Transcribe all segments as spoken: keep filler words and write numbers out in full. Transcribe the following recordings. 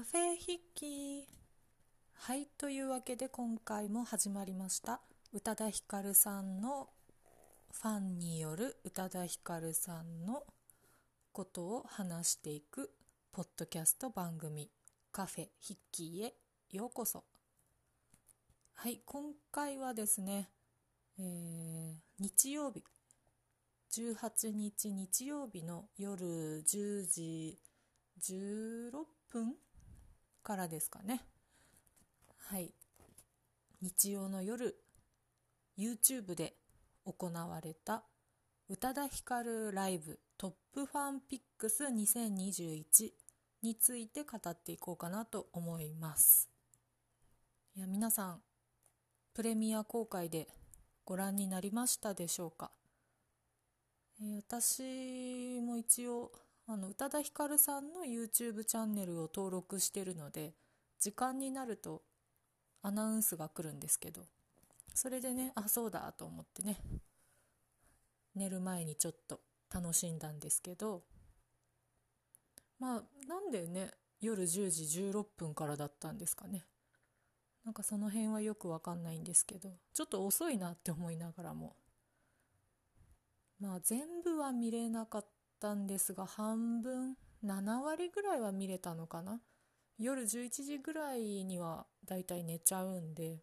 カフェ筆記。はい、というわけで今回も始まりました宇多田ヒカルさんのファンによる宇多田ヒカルさんのことを話していくポッドキャスト番組カフェ筆記へようこそ。はい、今回はですね、えー日曜日じゅうはちにち日曜日の夜じゅうじじゅうろっぷんからですかね。はい、日曜の夜 YouTube で行われた宇多田ヒカルライブトップファンピックスにせんにじゅういちについて語っていこうかなと思います。いや、皆さんプレミア公開でご覧になりましたでしょうか。えー私も一応あの宇多田ヒカルさんの YouTube チャンネルを登録しているので、時間になるとアナウンスが来るんですけど、それでね、あ、そうだと思ってね、寝る前にちょっと楽しんだんですけど、まあなんでね夜じゅうじじゅうろっぷんからだったんですかね。なんかその辺はよくわかんないんですけど、ちょっと遅いなって思いながらも、まあ全部は見れなかったんですが、半分ななわりぐらいは見れたのかな。夜じゅういちじぐらいにはだいたい寝ちゃうんで、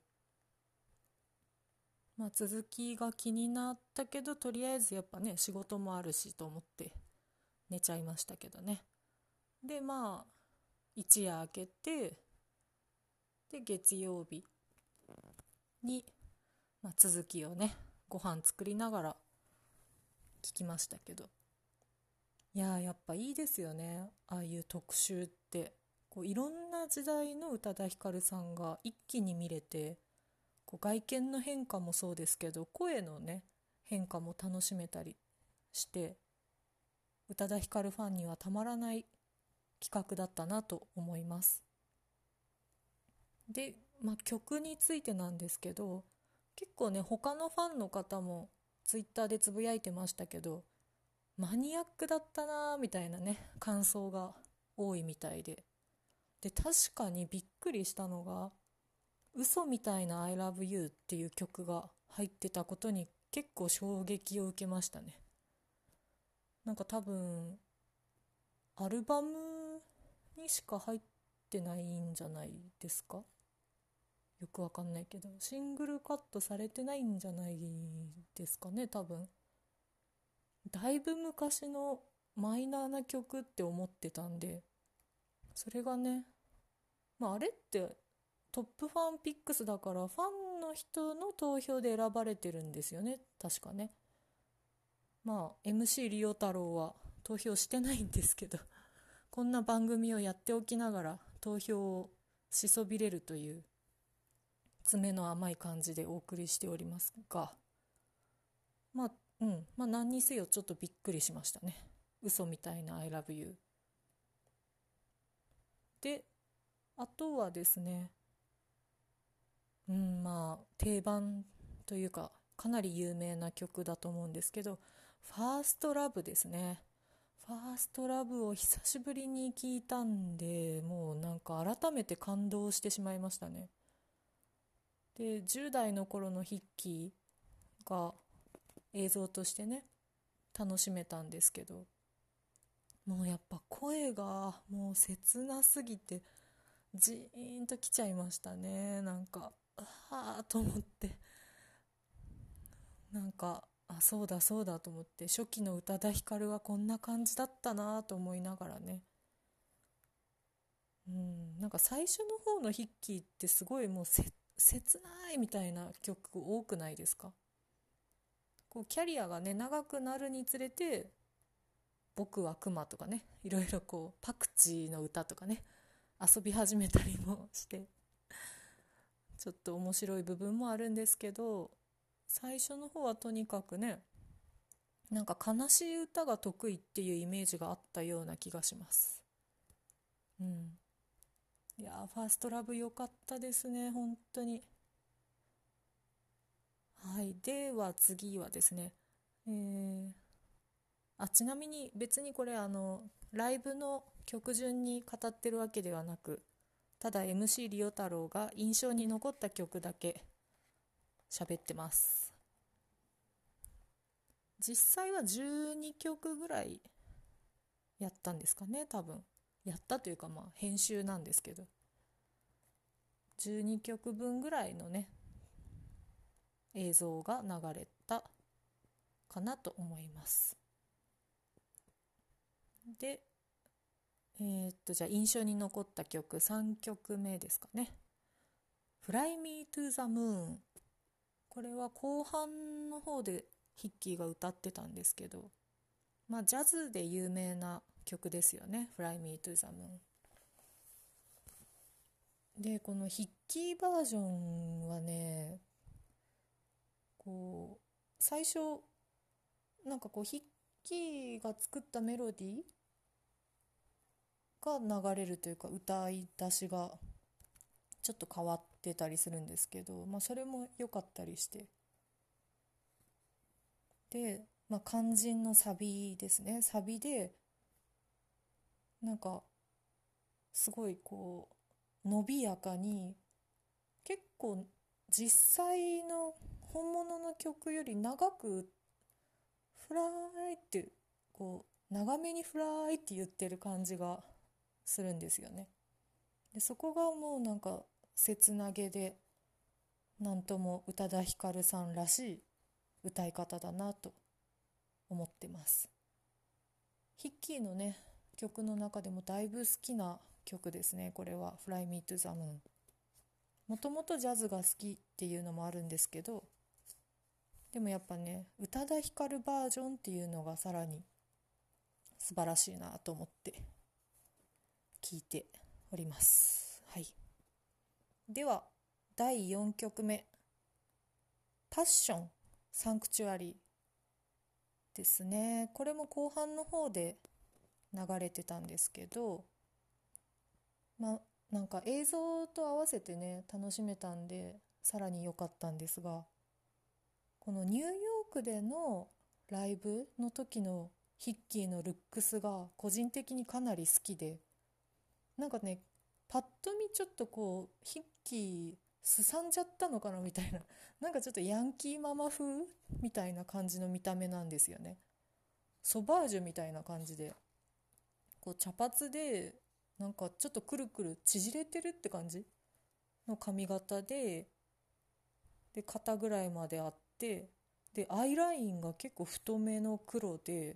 まあ続きが気になったけど、とりあえずやっぱね仕事もあるしと思って寝ちゃいましたけどね。でまあ一夜明けて、で月曜日に、まあ、続きをねご飯作りながら聞きましたけど、いやーやっぱいいですよね、ああいう特集って。こういろんな時代の宇多田ヒカルさんが一気に見れて、こう外見の変化もそうですけど声のね変化も楽しめたりして、宇多田ヒカルファンにはたまらない企画だったなと思います。で、まあ、曲についてなんですけど、結構ね他のファンの方もツイッターでつぶやいてましたけど、マニアックだったなみたいなね感想が多いみたいで、で確かにびっくりしたのが嘘みたいな I love you っていう曲が入ってたことに結構衝撃を受けましたね。なんか多分アルバムにしか入ってないんじゃないですか。よくわかんないけどシングルカットされてないんじゃないですかね。多分だいぶ昔のマイナーな曲って思ってたんで、それがね、まああれってトップファンピックスだからファンの人の投票で選ばれてるんですよね、確かね。まあ エムシー リオ太郎は投票してないんですけど、こんな番組をやっておきながら投票をしそびれるという爪の甘い感じでお送りしておりますが、まあうんまあ何にせよちょっとびっくりしましたね。嘘みたいな I love you で、あとはですね、うんまあ定番というかかなり有名な曲だと思うんですけど、ファーストラブですね。ファーストラブを久しぶりに聞いたんで、もうなんか改めて感動してしまいましたね。でじゅう代の頃の筆記が映像としてね楽しめたんですけど、もうやっぱ声がもう切なすぎてジーンときちゃいましたね。なんかはあと思って、なんかあそうだそうだと思って、初期の宇多田ヒカルはこんな感じだったなと思いながらね、うん、なんか最初の方の筆記ってすごいもうせ切ないみたいな曲多くないですか。こうキャリアがね長くなるにつれて僕はクマとかね、いろいろこうパクチーの歌とかね遊び始めたりもして、ちょっと面白い部分もあるんですけど、最初の方はとにかくね、なんか悲しい歌が得意っていうイメージがあったような気がします。うん。いやーファーストラブ良かったですね、本当に。はい、では次はですね、えー、あちなみに別にこれあのライブの曲順に語ってるわけではなく、 ただ エムシー リオ太郎が印象に残った曲だけ喋ってます。実際はじゅうにきょくぐらいやったんですかね、多分。やったというか、まあ編集なんですけど、じゅうにきょくぶんぐらいのね映像が流れたかなと思います。で、えーっとじゃあ印象に残った曲さんきょくめですかね。 Fly Me to the Moon。 これは後半の方でヒッキーが歌ってたんですけど、まあジャズで有名な曲ですよね、 Fly Me to the Moon。 でこのヒッキーバージョンはね、こう最初なんかこうヒッキーが作ったメロディーが流れるというか、歌い出しがちょっと変わってたりするんですけど、まあそれも良かったりして、で、まあ、肝心のサビですね。サビでなんかすごいこう伸びやかに、結構実際の本物の曲より長くフライってこう長めにフライって言ってる感じがするんですよね。でそこがもうなんか切なげで、なんとも宇多田ヒカルさんらしい歌い方だなと思ってます。ヒッキーのね曲の中でもだいぶ好きな曲ですね、これは Fly Me to the Moon。 もともとジャズが好きっていうのもあるんですけど、でもやっぱね宇多田ヒカルバージョンっていうのがさらに素晴らしいなと思って聞いております。はい。ではだいよんきょくめ、パッションサンクチュアリーですね。これも後半の方で流れてたんですけど、まあなんか映像と合わせてね楽しめたんでさらに良かったんですが、このニューヨークでのライブの時のヒッキーのルックスが個人的にかなり好きで、なんかねパッと見ちょっとこうヒッキーすさんじゃったのかなみたいな、なんかちょっとヤンキーママ風みたいな感じの見た目なんですよね。ソバージュみたいな感じで、こう茶髪でなんかちょっとくるくる縮れてるって感じの髪型で、で肩ぐらいまであって、でアイラインが結構太めの黒で、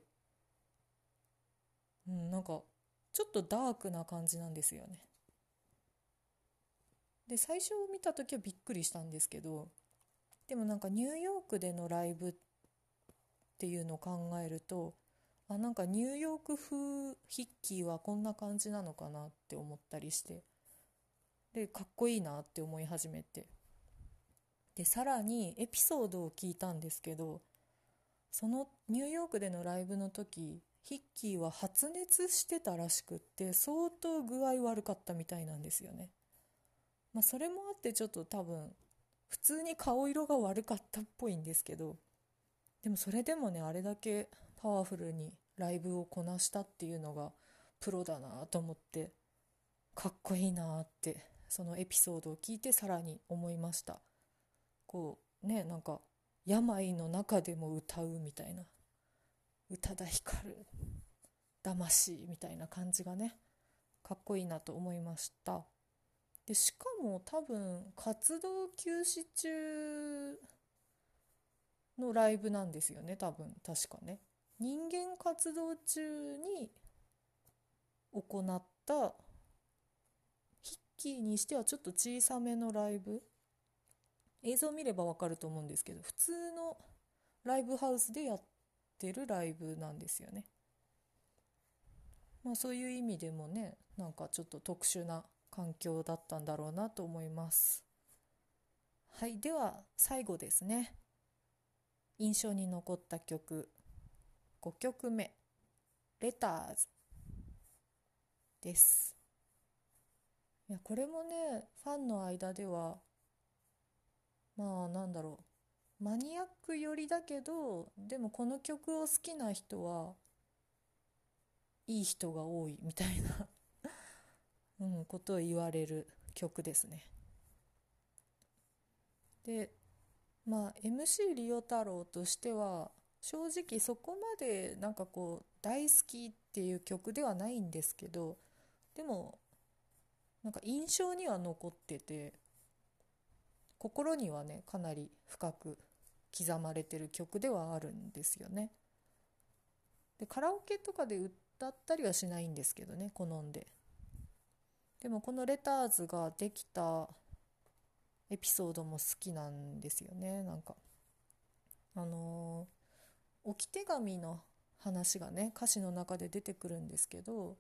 うん、なんかちょっとダークな感じなんですよね。で最初見た時はびっくりしたんですけど、でもなんかニューヨークでのライブっていうのを考えると、あ、なんかニューヨーク風ヒッキーはこんな感じなのかなって思ったりして、でかっこいいなって思い始めて、でさらにエピソードを聞いたんですけど、そのニューヨークでのライブの時ヒッキーは発熱してたらしくって、相当具合悪かったみたいなんですよね。まあそれもあってちょっと多分普通に顔色が悪かったっぽいんですけど、でもそれでもねあれだけパワフルにライブをこなしたっていうのがプロだなと思って、かっこいいなってそのエピソードを聞いてさらに思いました。こうね、なんか病の中でも歌うみたいな、宇多田ヒカル魂みたいな感じがねかっこいいなと思いました。でしかも多分活動休止中のライブなんですよね、多分確かね。人間活動中に行ったヒッキーにしてはちょっと小さめのライブ、映像見ればわかると思うんですけど、普通のライブハウスでやってるライブなんですよね。まあそういう意味でもね、なんかちょっと特殊な環境だったんだろうなと思います。はい、では最後ですね。印象に残った曲ごきょくめ、レターズです。いやこれもねファンの間ではまあなんだろう、マニアック寄りだけど、でもこの曲を好きな人はいい人が多いみたいな、うん、 なことを言われる曲ですね。で、まあ エムシー リオ太郎としては正直そこまでなんかこう大好きっていう曲ではないんですけど、でもなんか印象には残ってて、心にはねかなり深く刻まれてる曲ではあるんですよね。でカラオケとかで歌ったりはしないんですけどね、好んで。でもこのレターズができたエピソードも好きなんですよね。なんかあのー置き手紙の話がね歌詞の中で出てくるんですけど、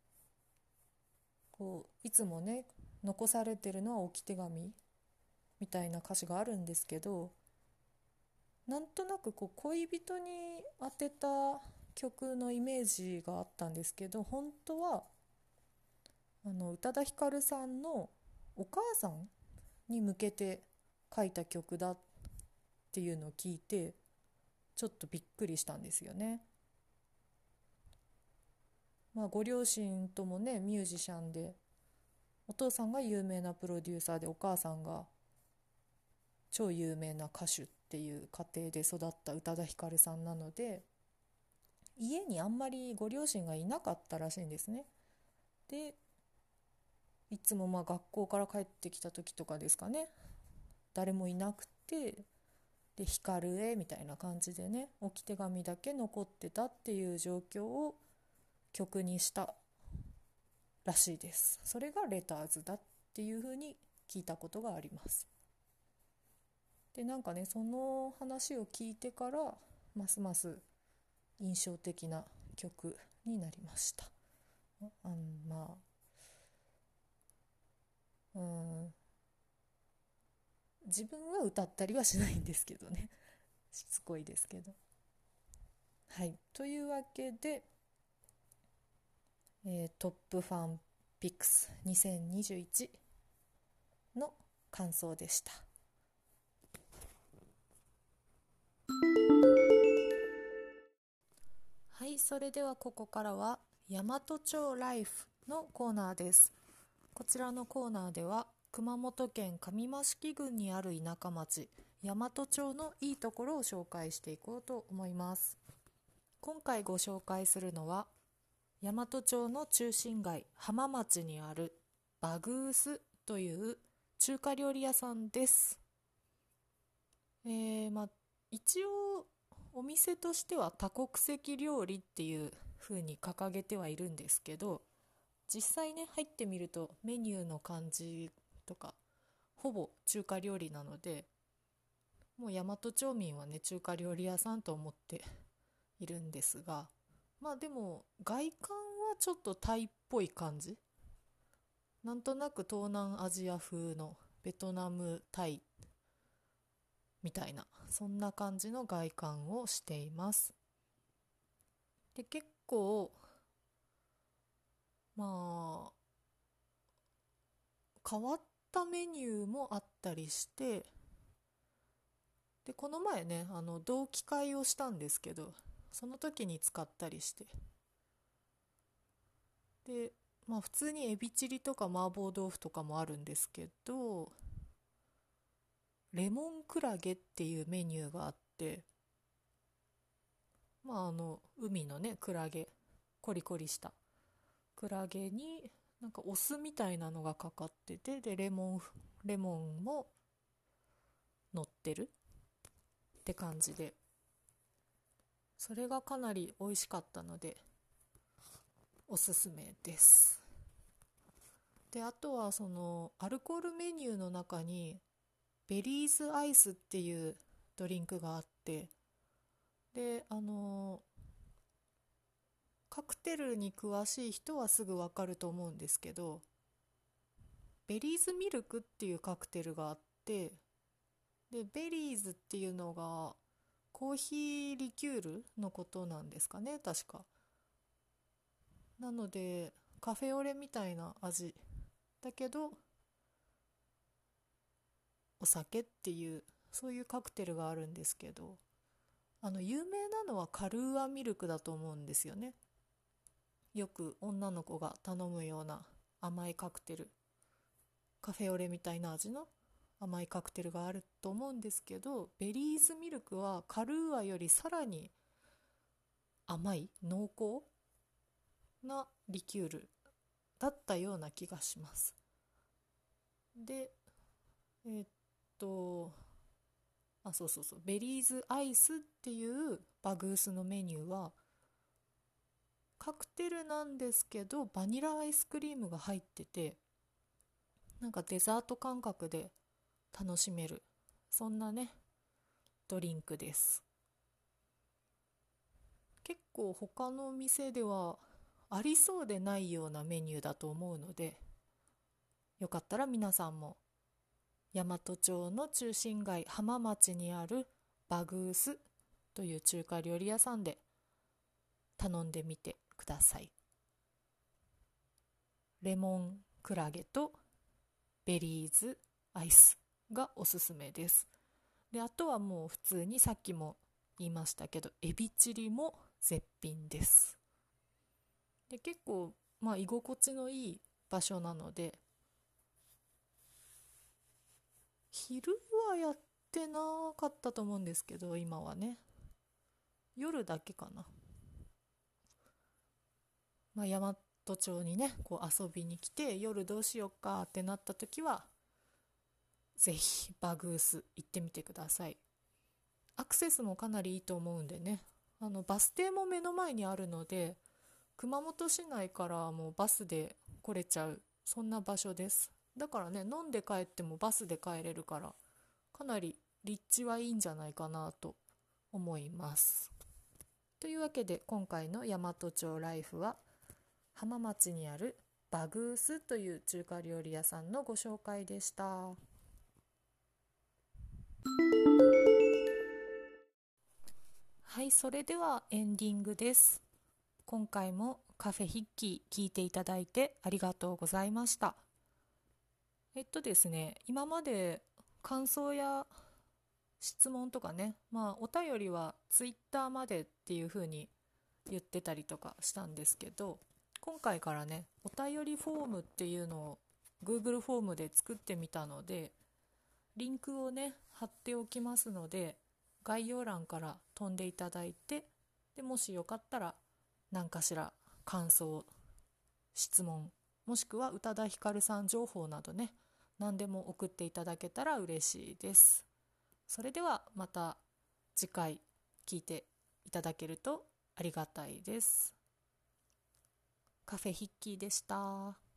こういつもね残されてるのは置き手紙みたいな歌詞があるんですけど、なんとなくこう恋人に当てた曲のイメージがあったんですけど、本当はあの宇多田ヒカルさんのお母さんに向けて書いた曲だっていうのを聞いて、ちょっとびっくりしたんですよね。まあご両親ともねミュージシャンで、お父さんが有名なプロデューサーで、お母さんが超有名な歌手っていう家庭で育った宇多田ヒカルさんなので、家にあんまりご両親がいなかったらしいんですね。でいつもまあ学校から帰ってきた時とかですかね、誰もいなくて、でヒカルへみたいな感じでね置き手紙だけ残ってたっていう状況を曲にしたらしいです。それがレターズだっていう風に聞いたことがあります。でなんかねその話を聞いてからますます印象的な曲になりました。あのまあうん自分は歌ったりはしないんですけどね、しつこいですけど。はい、というわけで、えートップファンピックスにせんにじゅういちの感想でした。はい、それではここからは大和町ライフのコーナーです。こちらのコーナーでは熊本県上益城郡にある田舎町大和町のいいところを紹介していこうと思います。今回ご紹介するのは大和町の中心街浜町にあるバグースという中華料理屋さんです。えーまあ、一応お店としては多国籍料理っていう風に掲げてはいるんですけど、実際ね入ってみるとメニューの感じとかほぼ中華料理なので、もう大和町民はね中華料理屋さんと思っているんですが、まあでも外観はちょっとタイっぽい感じ、なんとなく東南アジア風のベトナムタイみたいな、そんな感じの外観をしています。で結構まあ変わったメニューもあったりして、でこの前ねあの同期会をしたんですけど、その時に使ったりして、でまあ普通にエビチリとか麻婆豆腐とかもあるんですけど、レモンクラゲっていうメニューがあって、まああの海のねクラゲ、コリコリしたクラゲになんかお酢みたいなのがかかってて、でレモンレモンも乗ってるって感じで、それがかなり美味しかったのでおすすめです。であとはそのアルコールメニューの中にベリーズアイスっていうドリンクがあって、であのカクテルに詳しい人はすぐわかると思うんですけど、ベリーズミルクっていうカクテルがあって、でベリーズっていうのがコーヒーリキュールのことなんですかね確か。なのでカフェオレみたいな味だけどお酒っていう、そういうカクテルがあるんですけど、あの有名なのはカルーアミルクだと思うんですよね。よく女の子が頼むような甘いカクテル、カフェオレみたいな味の甘いカクテルがあると思うんですけど、ベリーズミルクはカルーアよりさらに甘い濃厚なリキュールだったような気がします。でえーっとあそうそうそうベリーズアイスっていうバグースのメニューはカクテルなんですけど、バニラアイスクリームが入ってて、なんかデザート感覚で楽しめる、そんなねドリンクです。結構他の店ではありそうでないようなメニューだと思うので、よかったら皆さんも大和町の中心街浜町にあるバグースという中華料理屋さんで頼んでみてください。レモンクラゲとベリーズアイスがおすすめです。で、あとはもう普通にさっきも言いましたけど、エビチリも絶品です。で、結構まあ居心地のいい場所なので、昼はやってなかったと思うんですけど、今はね夜だけかな。まあ、大和町にねこう遊びに来て夜どうしようかってなった時はぜひバグース行ってみてください。アクセスもかなりいいと思うんでね、あのバス停も目の前にあるので、熊本市内からもうバスで来れちゃう、そんな場所です。だからね、飲んで帰ってもバスで帰れるから、かなり立地はいいんじゃないかなと思います。というわけで今回の大和町ライフは浜町にあるバグースという中華料理屋さんのご紹介でした。はい、それではエンディングです。今回もカフェヒッキー聞いていただいてありがとうございました。えっとですね、今まで感想や質問とかね、まあお便りはツイッターまでっていう風に言ってたりとかしたんですけど、今回からね、お便りフォームっていうのを Google フォームで作ってみたので、リンクをね、貼っておきますので、概要欄から飛んでいただいて、でもしよかったら何かしら感想、質問、もしくは宇多田ヒカルさん情報などね、何でも送っていただけたら嬉しいです。それではまた次回聞いていただけるとありがたいです。カフェヒッキーでした。